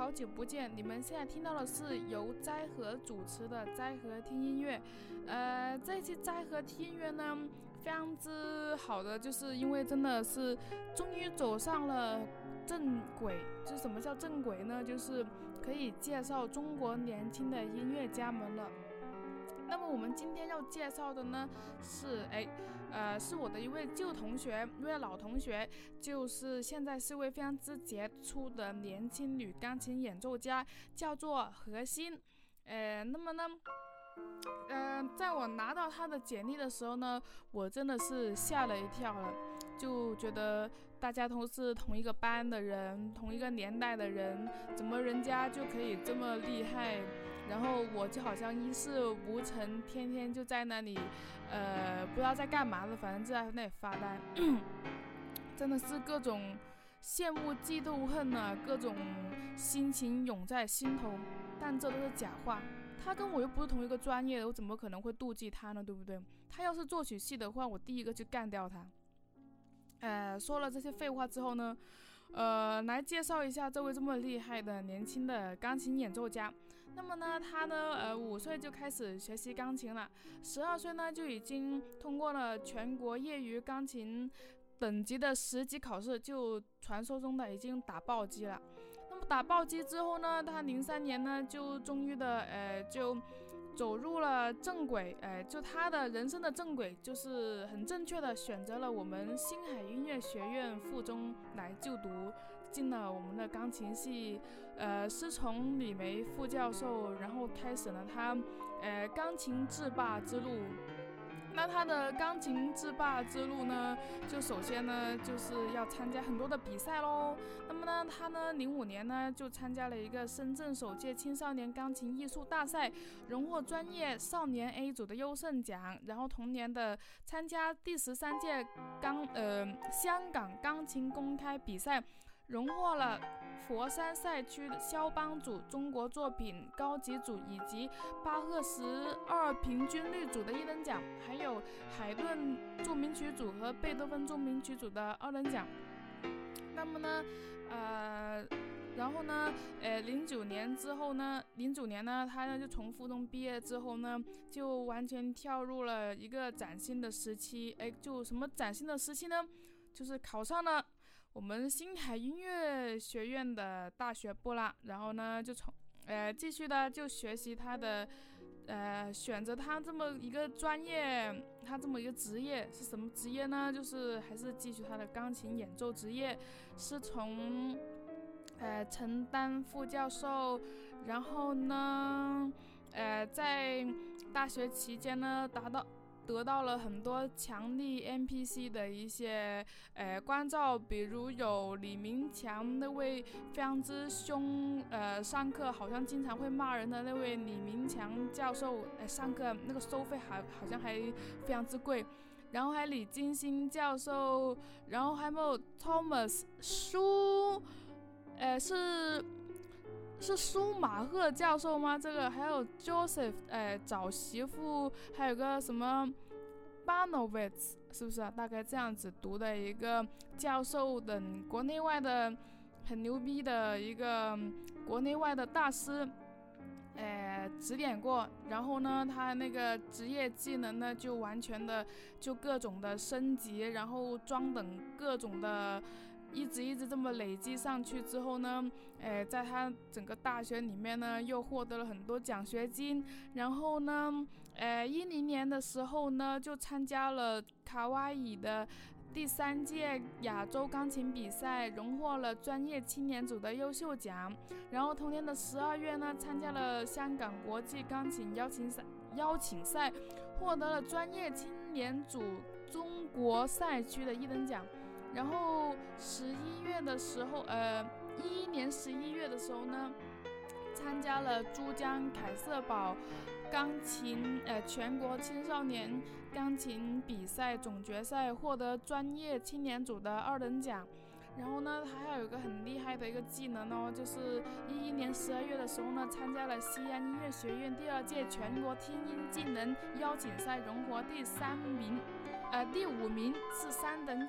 好久不见，你们现在听到的是由斋和主持的斋和听音乐。这一期斋和听音乐呢，非常之好的，就是因为真的是终于走上了正轨。就什么叫正轨呢？就是可以介绍中国年轻的音乐家们了。那么我们今天要介绍的呢是我的一位旧同学，一位老同学，就是现在是位非常之杰出的年轻女钢琴演奏家，叫做何欣。那么呢，在我拿到她的简历的时候呢，我真的是吓了一跳了，就觉得大家都是同一个班的人，同一个年代的人，怎么人家就可以这么厉害？然后我就好像一事无成，天天就在那里，不知道在干嘛的，反正就在那里发呆，真的是各种羡慕、嫉妒、恨啊，各种心情涌在心头，但这都是假话。他跟我又不是同一个专业的，我怎么可能会妒忌他呢？对不对？他要是作曲系的话，我第一个就干掉他。说了这些废话之后呢，来介绍一下这位这么厉害的年轻的钢琴演奏家。那么呢，他呢，5岁就开始学习钢琴了，12岁呢就已经通过了全国业余钢琴等级的10级考试，就传说中的已经打暴击了。那么打暴击之后呢，他03年呢就终于的就走入了正轨，就他的人生的正轨，就是很正确的选择了我们星海音乐学院附中来就读，进了我们的钢琴系，师从李梅副教授，然后开始了他钢琴制霸之路。那他的钢琴制霸之路呢，就首先呢就是要参加很多的比赛咯。那么呢，他呢05年呢就参加了一个深圳首届青少年钢琴艺术大赛，荣获专业少年 A 组的优胜奖。然后同年的参加第13届香港钢琴公开比赛，荣获了佛山赛区的肖邦组、中国作品高级组以及巴赫12平均律组的1等奖，还有海顿奏鸣曲组和贝多芬奏鸣曲组的2等奖。那么呢，然后呢，09年之后呢，09年呢，他呢就从附中毕业之后呢，就完全跳入了一个崭新的时期。就什么崭新的时期呢？就是考上了我们星海音乐学院的大学部啦，然后呢就继续的就学习他的选择他这么一个专业，他这么一个职业是什么职业呢？就是还是继续他的钢琴演奏职业，是从陈丹副教授，然后呢在大学期间呢得到了很多强力 NPC 的一些关照，比如有李明强那位非常之凶，上课好像经常会骂人的那位李明强教授，上课那个收费好像还非常之贵。然后还李金星教授，然后还有 Thomas 是舒马赫教授吗？这个还有 Joseph 找媳妇，还有个什么 Banovitz 是不是啊？大概这样子读的一个教授等国内外的很牛逼的一个国内外的大师指点过。然后呢，他那个职业技能呢就完全的就各种的升级，然后装等各种的一直这么累积上去之后呢，在他整个大学里面呢，又获得了很多奖学金。然后呢，10年的时候呢，就参加了卡哇伊的第3届亚洲钢琴比赛，荣获了专业青年组的优秀奖。然后同年的12月呢，参加了香港国际钢琴邀请赛，获得了专业青年组中国赛区的1等奖。然后11月的时候，11年11月的时候呢，参加了珠江凯瑟堡钢琴全国青少年钢琴比赛总决赛，获得专业青年组的2等奖。然后呢，他还有一个很厉害的一个技能哦，就是11年12月的时候呢，参加了西安音乐学院第2届全国听音技能邀请赛，荣获第5名，是3等奖。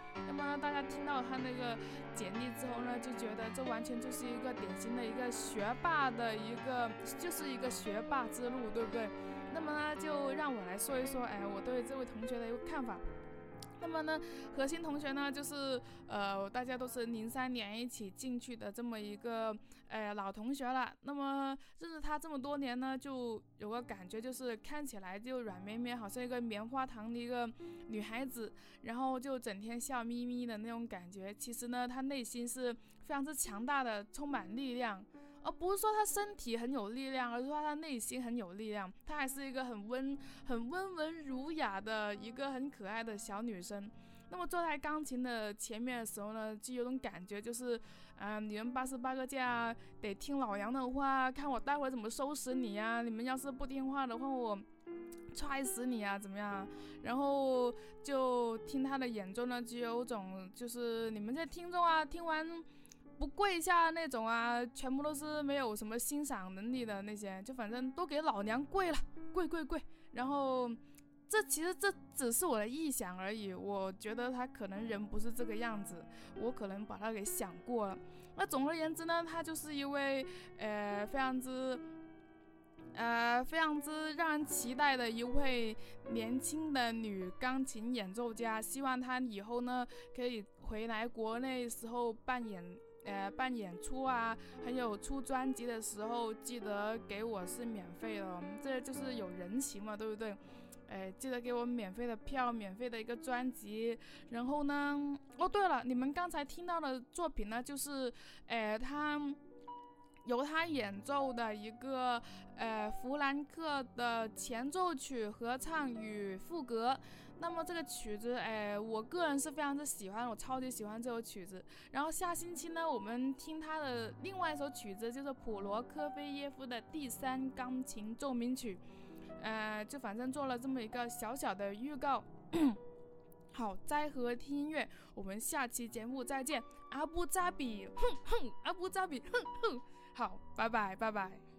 那么呢，大家听到他那个简历之后呢，就觉得这完全就是一个典型的一个学霸的就是一个学霸之路，对不对？那么呢，就让我来说一说，我对这位同学的一个看法。那么呢，核心同学呢，就是大家都是03年一起进去的这么一个老同学了。那么认识他这么多年呢，就有个感觉，就是看起来就软绵绵，好像一个棉花糖的一个女孩子，然后就整天笑眯眯的那种感觉。其实呢，她内心是非常之强大的，充满力量。而不是说她身体很有力量，而是说她内心很有力量。她还是一个很温文儒雅的一个很可爱的小女生。那么坐在钢琴的前面的时候呢，就有种感觉，就是你们88个架得听老杨的话，看我待会怎么收拾你啊！你们要是不听话的话，我踹死你啊，怎么样？然后就听他的演奏呢，就有种就是你们这听众啊，听完不跪下那种啊，全部都是没有什么欣赏能力的那些，就反正都给老娘跪了，跪。然后其实这只是我的臆想而已，我觉得他可能人不是这个样子，我可能把他给想过了。那总而言之呢，他就是一位非常之让人期待的一位年轻的女钢琴演奏家。希望她以后呢可以回来国内时候办演出啊，还有出专辑的时候记得给我是免费的，这就是有人情嘛，对不对？记得给我免费的票，免费的一个专辑。然后呢，对了，你们刚才听到的作品呢，就是由他演奏的一个弗兰克的前奏曲合唱与赋格。那么这个曲子我个人是非常之喜欢，我超级喜欢这首曲子。然后下星期呢，我们听他的另外一首曲子，就是普罗科菲耶夫的第3钢琴奏鸣曲。就反正做了这么一个小小的预告。好，斋和听音乐，我们下期节目再见。阿布扎比，阿布扎比，好，拜拜。